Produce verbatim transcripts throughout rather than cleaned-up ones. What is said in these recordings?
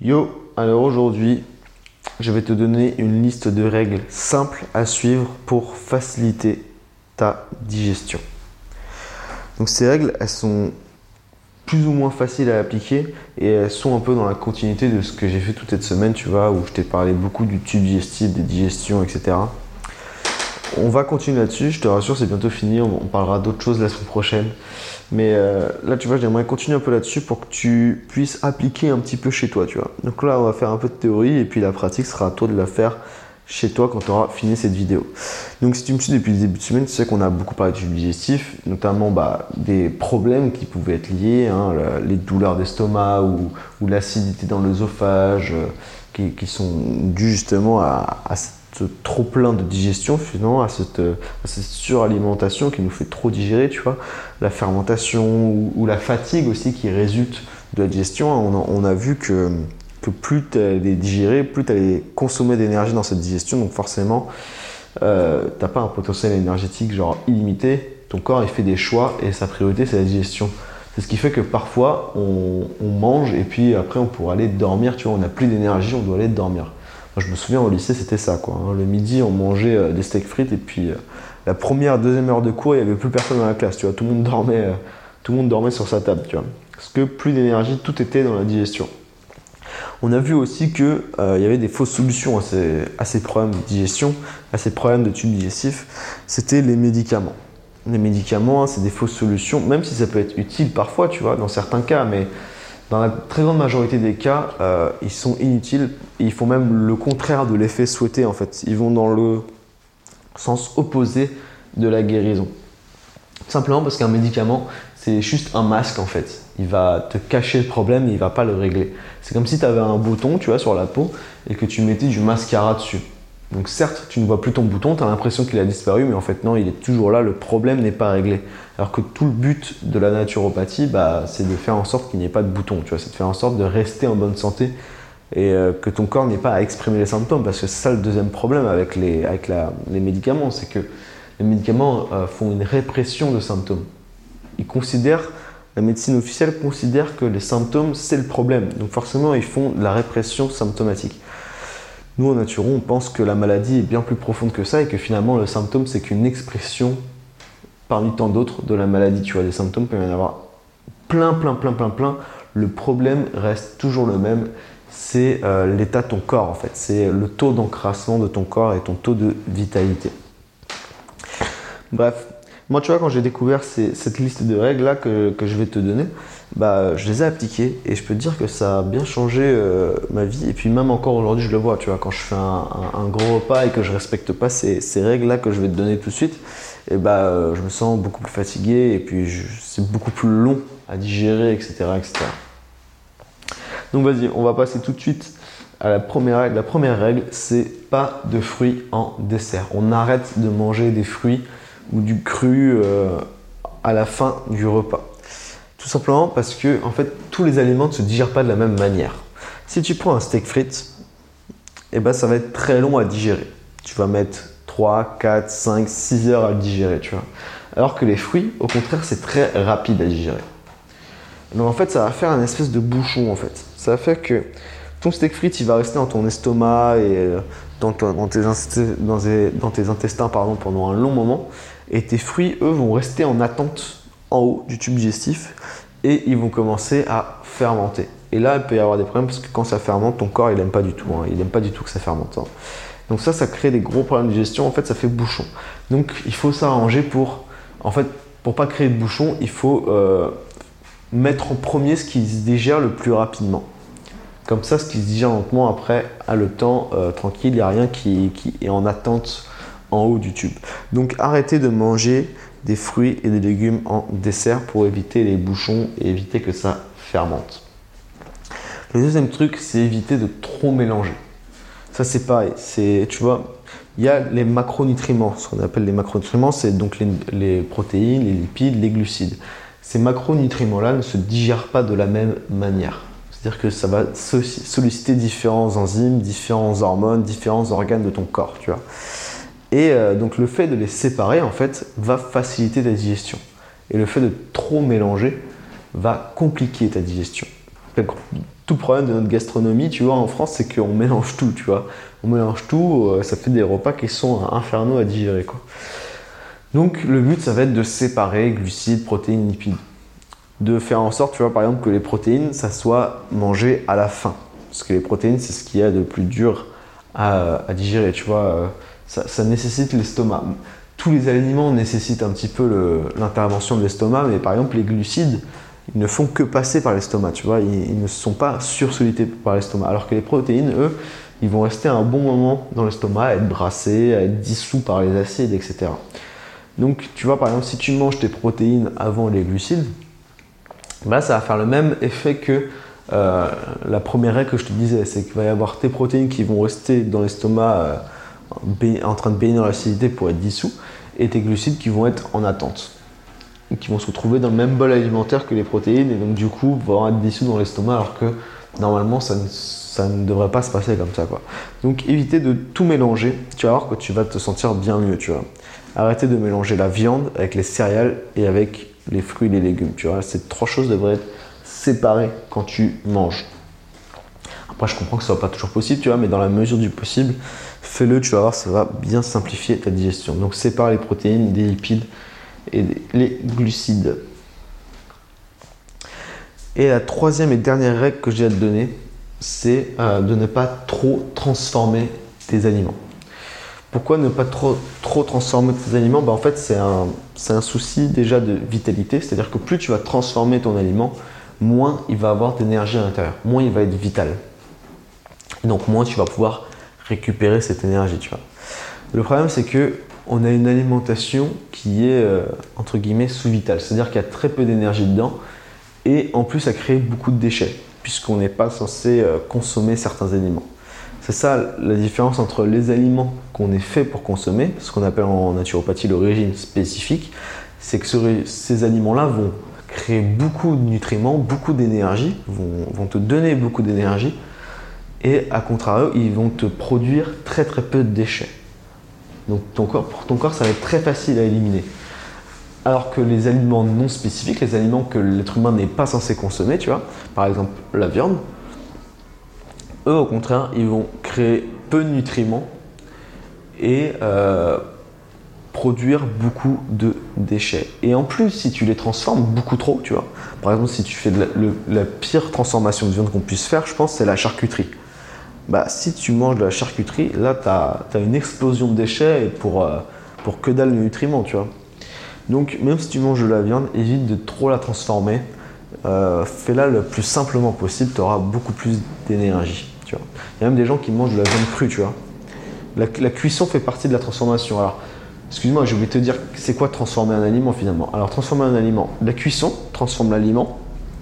Yo, alors aujourd'hui, je vais te donner une liste de règles simples à suivre pour faciliter ta digestion. Donc ces règles, elles sont plus ou moins faciles à appliquer et elles sont un peu dans la continuité de ce que j'ai fait toute cette semaine, tu vois, où je t'ai parlé beaucoup du tube digestif, des digestions, et cetera. On va continuer là-dessus, je te rassure, c'est bientôt fini, on parlera d'autres choses la semaine prochaine. Mais euh, là, tu vois, j'aimerais continuer un peu là-dessus pour que tu puisses appliquer un petit peu chez toi, tu vois. Donc là, on va faire un peu de théorie et puis la pratique sera à toi de la faire chez toi quand tu auras fini cette vidéo. Donc si tu me suis depuis le début de semaine, tu sais qu'on a beaucoup parlé du tube digestif, notamment bah, des problèmes qui pouvaient être liés, hein, les douleurs d'estomac ou, ou l'acidité dans l'œsophage, euh, qui, qui sont dues justement à, à cette trop plein de digestion, finalement, à cette, à cette suralimentation qui nous fait trop digérer, tu vois, la fermentation ou, ou la fatigue aussi qui résulte de la digestion. On a, on a vu que, que plus tu allais digérer, plus tu allais consommer d'énergie dans cette digestion, donc forcément, euh, tu n'as pas un potentiel énergétique genre illimité, ton corps il fait des choix et sa priorité c'est la digestion. C'est ce qui fait que parfois on, on mange et puis après on pourrait aller dormir, tu vois, on n'a plus d'énergie, on doit aller dormir. Je me souviens au lycée, c'était ça, quoi. Le midi, on mangeait euh, des steaks frites et puis euh, la première, deuxième heure de cours, il n'y avait plus personne dans la classe, tu vois. Tout le monde dormait, euh, tout le monde dormait sur sa table, tu vois. Parce que plus d'énergie, tout était dans la digestion. On a vu aussi qu'il euh, y avait des fausses solutions à ces, à ces problèmes de digestion, à ces problèmes de tube digestif. C'était les médicaments. Les médicaments, hein, c'est des fausses solutions, même si ça peut être utile parfois, tu vois, dans certains cas, mais dans la très grande majorité des cas, euh, ils sont inutiles et ils font même le contraire de l'effet souhaité en fait. Ils vont dans le sens opposé de la guérison. Simplement parce qu'un médicament, c'est juste un masque en fait. Il va te cacher le problème et il ne va pas le régler. C'est comme si tu avais un bouton, tu vois, sur la peau et que tu mettais du mascara dessus. Donc certes, tu ne vois plus ton bouton, tu as l'impression qu'il a disparu, mais en fait non, il est toujours là, le problème n'est pas réglé. Alors que tout le but de la naturopathie, bah, c'est de faire en sorte qu'il n'y ait pas de bouton, tu vois, c'est de faire en sorte de rester en bonne santé et euh, que ton corps n'ait pas à exprimer les symptômes, parce que c'est ça le deuxième problème avec les, avec la, les médicaments, c'est que les médicaments euh, font une répression de symptômes. Ils considèrent, la médecine officielle considère que les symptômes, c'est le problème, donc forcément ils font de la répression symptomatique. Nous, en naturo, on pense que la maladie est bien plus profonde que ça et que finalement, le symptôme, c'est qu'une expression parmi tant d'autres de la maladie. Tu vois, des symptômes, il peut y en avoir plein, plein, plein, plein, plein. Le problème reste toujours le même. C'est euh, l'état de ton corps, en fait. C'est le taux d'encrassement de ton corps et ton taux de vitalité. Bref, moi, tu vois, quand j'ai découvert ces, cette liste de règles-là que, que je vais te donner, bah, je les ai appliquées et je peux te dire que ça a bien changé euh, ma vie. Et puis même encore aujourd'hui, je le vois, tu vois, quand je fais un, un, un gros repas et que je ne respecte pas ces, ces règles-là que je vais te donner tout de suite, et bah, euh, je me sens beaucoup plus fatigué et puis je, c'est beaucoup plus long à digérer, et cetera, et cetera. Donc vas-y, on va passer tout de suite à la première règle. La première règle, c'est pas de fruits en dessert. On arrête de manger des fruits ou du cru euh, à la fin du repas. Tout simplement parce que en fait, tous les aliments ne se digèrent pas de la même manière. Si tu prends un steak frites, eh ben, ça va être très long à digérer. Tu vas mettre trois, quatre, cinq, six heures à le digérer, tu vois. Alors que les fruits, au contraire, c'est très rapide à digérer. Donc en fait, ça va faire un espèce de bouchon en fait. Ça va faire que ton steak frites, il va rester dans ton estomac et dans, ton, dans, tes, dans, tes, dans tes intestins pardon, pendant un long moment. Et tes fruits, eux, vont rester en attente en haut du tube digestif et ils vont commencer à fermenter. Et là, il peut y avoir des problèmes parce que quand ça fermente, ton corps, il n'aime pas du tout. Hein. Il n'aime pas du tout que ça fermente. Hein. Donc ça, ça crée des gros problèmes de digestion. En fait, ça fait bouchon. Donc, il faut s'arranger pour, en fait, pour pas créer de bouchon, il faut euh, mettre en premier ce qui se digère le plus rapidement. Comme ça, ce qui se digère lentement, après, a le temps euh, tranquille. Il n'y a rien qui, qui est en attente en haut du tube. Donc, arrêtez de manger des fruits et des légumes en dessert pour éviter les bouchons et éviter que ça fermente. Le deuxième truc, c'est éviter de trop mélanger. Ça, c'est pareil. C'est, tu vois, il y a les macronutriments. Ce qu'on appelle les macronutriments, c'est donc les, les protéines, les lipides, les glucides. Ces macronutriments-là ne se digèrent pas de la même manière. C'est-à-dire que ça va solliciter différents enzymes, différentes hormones, différents organes de ton corps, tu vois. Et euh, donc le fait de les séparer, en fait, va faciliter ta digestion. Et le fait de trop mélanger va compliquer ta digestion. tout le problème de notre gastronomie, tu vois, en France, c'est qu'on mélange tout, tu vois. On mélange tout, euh, ça fait des repas qui sont infernaux à digérer, quoi. Donc, le but, ça va être de séparer glucides, protéines, lipides. De faire en sorte, tu vois, par exemple, que les protéines, ça soit mangé à la fin. Parce que les protéines, c'est ce qu'il y a de plus dur à, à digérer, tu vois. Ça, ça nécessite l'estomac. Tous les aliments nécessitent un petit peu le, l'intervention de l'estomac, mais par exemple, les glucides, ils ne font que passer par l'estomac, tu vois. Ils, ils ne sont pas sursollicités par l'estomac. Alors que les protéines, eux, ils vont rester un bon moment dans l'estomac, à être brassés, à être dissous par les acides, et cetera. Donc, tu vois, par exemple, si tu manges tes protéines avant les glucides, bah, ça va faire le même effet que euh, la première règle que je te disais, c'est qu'il va y avoir tes protéines qui vont rester dans l'estomac euh, en train de baigner dans l'acidité pour être dissous, et tes glucides qui vont être en attente, et qui vont se retrouver dans le même bol alimentaire que les protéines, et donc du coup vont être dissous dans l'estomac, alors que normalement ça ne, ça ne devrait pas se passer comme ça, quoi. Donc éviter de tout mélanger, tu vas voir que tu vas te sentir bien mieux, tu vois. Arrêtez de mélanger la viande avec les céréales et avec les fruits et les légumes, tu vois. Ces trois choses devraient être séparées quand tu manges. Après, je comprends que ce soit pas toujours possible, tu vois, mais dans la mesure du possible, fais-le, tu vas voir, ça va bien simplifier ta digestion. Donc, sépare les protéines des lipides et les glucides. Et la troisième et dernière règle que j'ai à te donner, c'est euh, de ne pas trop transformer tes aliments. Pourquoi ne pas trop, trop transformer tes aliments? Bah, en fait, c'est un, c'est un souci déjà de vitalité, c'est-à-dire que plus tu vas transformer ton aliment, moins il va avoir d'énergie à l'intérieur, moins il va être vital. Et donc, moins tu vas pouvoir récupérer cette énergie, tu vois. Le problème, c'est que on a une alimentation qui est, euh, entre guillemets, sous-vitale, c'est-à-dire qu'il y a très peu d'énergie dedans, et en plus, ça crée beaucoup de déchets, puisqu'on n'est pas censé euh, consommer certains aliments. C'est ça la différence entre les aliments qu'on est fait pour consommer, ce qu'on appelle en naturopathie le régime spécifique, c'est que ce, ces aliments-là vont créer beaucoup de nutriments, beaucoup d'énergie, vont, vont te donner beaucoup d'énergie, et à contrario, ils vont te produire très très peu de déchets. Donc ton corps, pour ton corps, ça va être très facile à éliminer. Alors que les aliments non spécifiques, les aliments que l'être humain n'est pas censé consommer, tu vois, par exemple la viande, eux, au contraire, ils vont créer peu de nutriments et euh, produire beaucoup de déchets. Et en plus, si tu les transformes beaucoup trop, tu vois, par exemple, si tu fais de la, le, la pire transformation de viande qu'on puisse faire, je pense, c'est la charcuterie. Bah, si tu manges de la charcuterie, là, tu as une explosion de déchets pour, euh, pour que dalle de nutriments, tu vois. Donc, même si tu manges de la viande, évite de trop la transformer. Euh, fais-la le plus simplement possible, tu auras beaucoup plus d'énergie. Tu vois. Il y a même des gens qui mangent de la viande crue, tu vois. La, la cuisson fait partie de la transformation. Alors, excuse-moi, j'ai oublié de te dire, c'est quoi transformer un aliment finalement? Alors, transformer un aliment, la cuisson transforme l'aliment.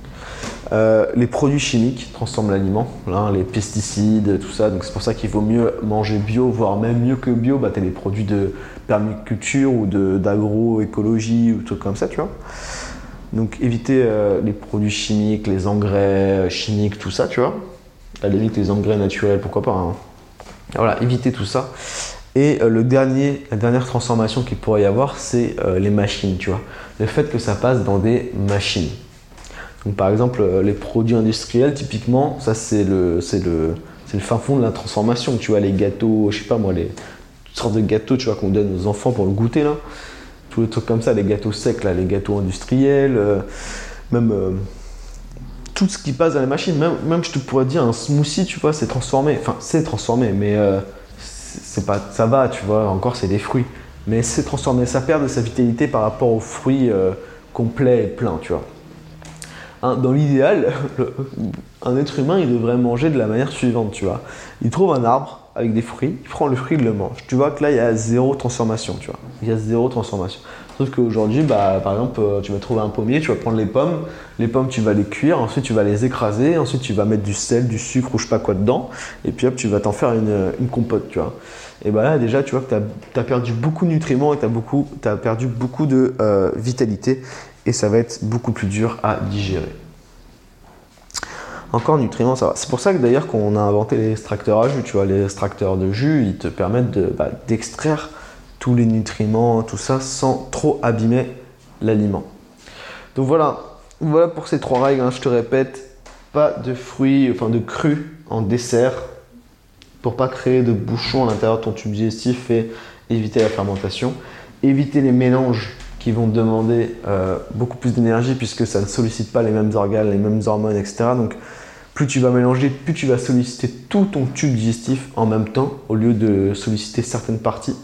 Euh, les produits chimiques transforment l'aliment, hein, les pesticides, tout ça. Donc, c'est pour ça qu'il vaut mieux manger bio, voire même mieux que bio. Bah, tu as les produits de permaculture ou d'agroécologie ou trucs comme ça, tu vois. Donc, éviter euh, les produits chimiques, les engrais chimiques, tout ça, tu vois. À la limite, les engrais naturels, pourquoi pas. Hein. Voilà, éviter tout ça. Et euh, le dernier, la dernière transformation qu'il pourrait y avoir, c'est euh, les machines, tu vois. Le fait que ça passe dans des machines. Donc, par exemple, euh, les produits industriels, typiquement, ça c'est le, c'est le, c'est le fin fond de la transformation. Tu vois, les gâteaux, je sais pas moi, les toutes sortes de gâteaux, tu vois, qu'on donne aux enfants pour le goûter là. Tous les trucs comme ça, les gâteaux secs, là, les gâteaux industriels, euh, même euh, tout ce qui passe dans les machines. Même, même je te pourrais dire un smoothie, tu vois, c'est transformé. Enfin, c'est transformé, mais euh, c'est pas, ça va, tu vois. Encore, c'est des fruits, mais c'est transformé. Ça perd de sa vitalité par rapport aux fruits euh, complets et pleins, tu vois. Hein, dans l'idéal, un être humain, il devrait manger de la manière suivante, tu vois. Il trouve un arbre avec des fruits, il prend le fruit, il le mange. Tu vois que là, il y a zéro transformation, tu vois. Il y a zéro transformation. Sauf qu'aujourd'hui, bah, par exemple, tu vas trouver un pommier, tu vas prendre les pommes, les pommes, tu vas les cuire, ensuite tu vas les écraser, ensuite tu vas mettre du sel, du sucre ou je sais pas quoi dedans, et puis hop, tu vas t'en faire une, une compote, tu vois. Et bah là, déjà, tu vois que tu as perdu beaucoup de nutriments et tu as, beaucoup, t'as perdu beaucoup de euh, vitalité, et ça va être beaucoup plus dur à digérer. Encore nutriments, ça va. C'est pour ça que d'ailleurs qu'on a inventé les extracteurs à jus, tu vois, les extracteurs de jus, ils te permettent de, bah, d'extraire tous les nutriments, tout ça, sans trop abîmer l'aliment. Donc voilà, voilà pour ces trois règles, hein, je te répète, pas de fruits, enfin de crus en dessert pour pas créer de bouchons à l'intérieur de ton tube digestif et éviter la fermentation. Éviter les mélanges qui vont te demander euh, beaucoup plus d'énergie puisque ça ne sollicite pas les mêmes organes, les mêmes hormones, et cetera. Donc plus tu vas mélanger, plus tu vas solliciter tout ton tube digestif en même temps au lieu de solliciter certaines parties.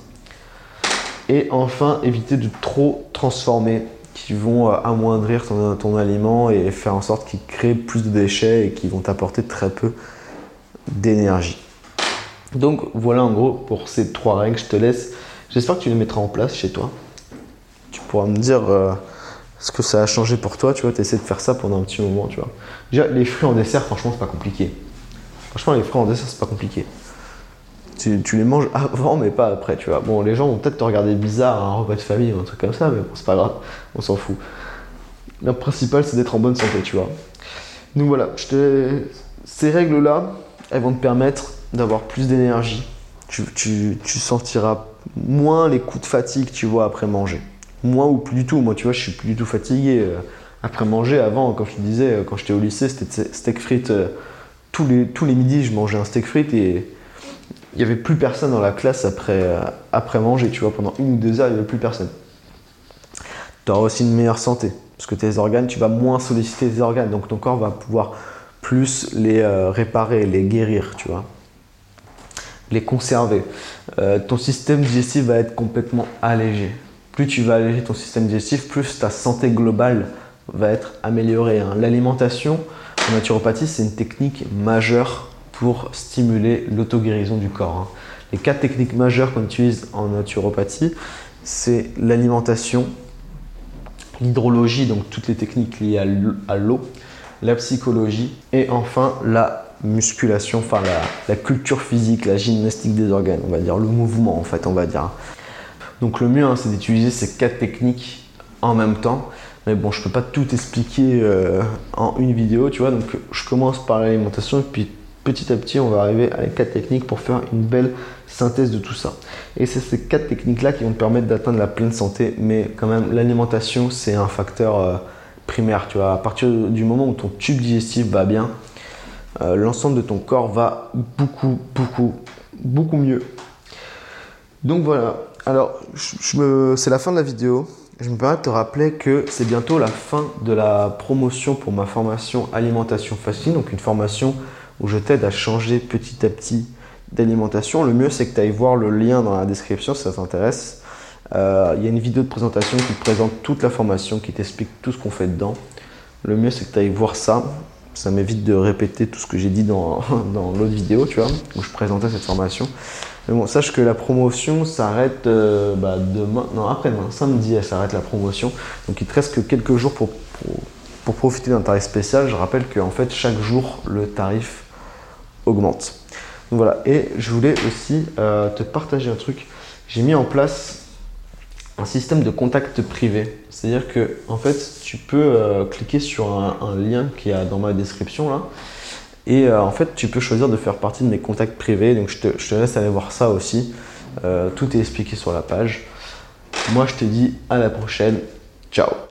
Et enfin, éviter de trop transformer qui vont amoindrir ton, ton aliment et faire en sorte qu'il crée plus de déchets et qui vont t'apporter très peu d'énergie. Donc voilà en gros pour ces trois règles, je te laisse. J'espère que tu les mettras en place chez toi. Tu pourras me dire euh, ce que ça a changé pour toi, tu vois, tu essaies de faire ça pendant un petit moment, tu vois. Déjà, les fruits en dessert, franchement, c'est pas compliqué. Franchement, les fruits en dessert, c'est pas compliqué. Tu, tu les manges avant, mais pas après, tu vois. Bon, les gens vont peut-être te regarder bizarre à un repas de famille ou un truc comme ça, mais bon, c'est pas grave, on s'en fout. Le principal, c'est d'être en bonne santé, tu vois. Donc voilà, je te... ces règles-là, elles vont te permettre d'avoir plus d'énergie. Tu, tu, tu sentiras moins les coups de fatigue, tu vois, après manger. Moins ou plus du tout. Moi, tu vois, je suis plus du tout fatigué euh, après manger. Avant, comme je te disais, euh, quand j'étais au lycée, c'était steak frites. Euh, tous, les, tous les midis, je mangeais un steak frites et il n'y avait plus personne dans la classe après, euh, après manger. Tu vois, pendant une ou deux heures, il n'y avait plus personne. Tu auras aussi une meilleure santé parce que tes organes, tu vas moins solliciter tes organes. Donc, ton corps va pouvoir plus les euh, réparer, les guérir, tu vois. Les conserver. Euh, ton système digestif va être complètement allégé. Plus tu vas alléger ton système digestif, plus ta santé globale va être améliorée. Hein. L'alimentation en naturopathie, c'est une technique majeure pour stimuler l'auto-guérison du corps. Hein. Les quatre techniques majeures qu'on utilise en naturopathie, c'est l'alimentation, l'hydrologie, donc toutes les techniques liées à l'eau, la psychologie et enfin la musculation, enfin la, la culture physique, la gymnastique des organes, on va dire, le mouvement en fait, on va dire. Donc le mieux, hein, c'est d'utiliser ces quatre techniques en même temps. Mais bon, je peux pas tout expliquer euh, en une vidéo, tu vois. Donc je commence par l'alimentation et puis petit à petit, on va arriver à les quatre techniques pour faire une belle synthèse de tout ça. Et c'est ces quatre techniques-là qui vont te permettre d'atteindre la pleine santé. Mais quand même, l'alimentation, c'est un facteur euh, primaire, tu vois. À partir du moment où ton tube digestif va bien, Euh, l'ensemble de ton corps va beaucoup, beaucoup, beaucoup mieux. Donc voilà, alors je, je me, c'est la fin de la vidéo. Je me permets de te rappeler que c'est bientôt la fin de la promotion pour ma formation alimentation facile, donc une formation où je t'aide à changer petit à petit d'alimentation. Le mieux, c'est que tu ailles voir le lien dans la description si ça t'intéresse. Euh, il y a une vidéo de présentation qui te présente toute la formation, qui t'explique tout ce qu'on fait dedans. Le mieux, c'est que tu ailles voir ça. Ça m'évite de répéter tout ce que j'ai dit dans, dans l'autre vidéo, tu vois, où je présentais cette formation. Mais bon, sache que la promotion s'arrête euh, bah, demain, non après-demain, samedi, elle s'arrête la promotion. Donc il te reste que quelques jours pour, pour, pour profiter d'un tarif spécial. Je rappelle qu'en fait, chaque jour, le tarif augmente. Donc voilà, et je voulais aussi euh, te partager un truc. J'ai mis en place un système de contact privé. C'est-à-dire que en fait, tu peux euh, cliquer sur un, un lien qui est dans ma description là, et euh, en fait, tu peux choisir de faire partie de mes contacts privés. Donc, je te, je te laisse aller voir ça aussi. Euh, tout est expliqué sur la page. Moi, je te dis à la prochaine. Ciao.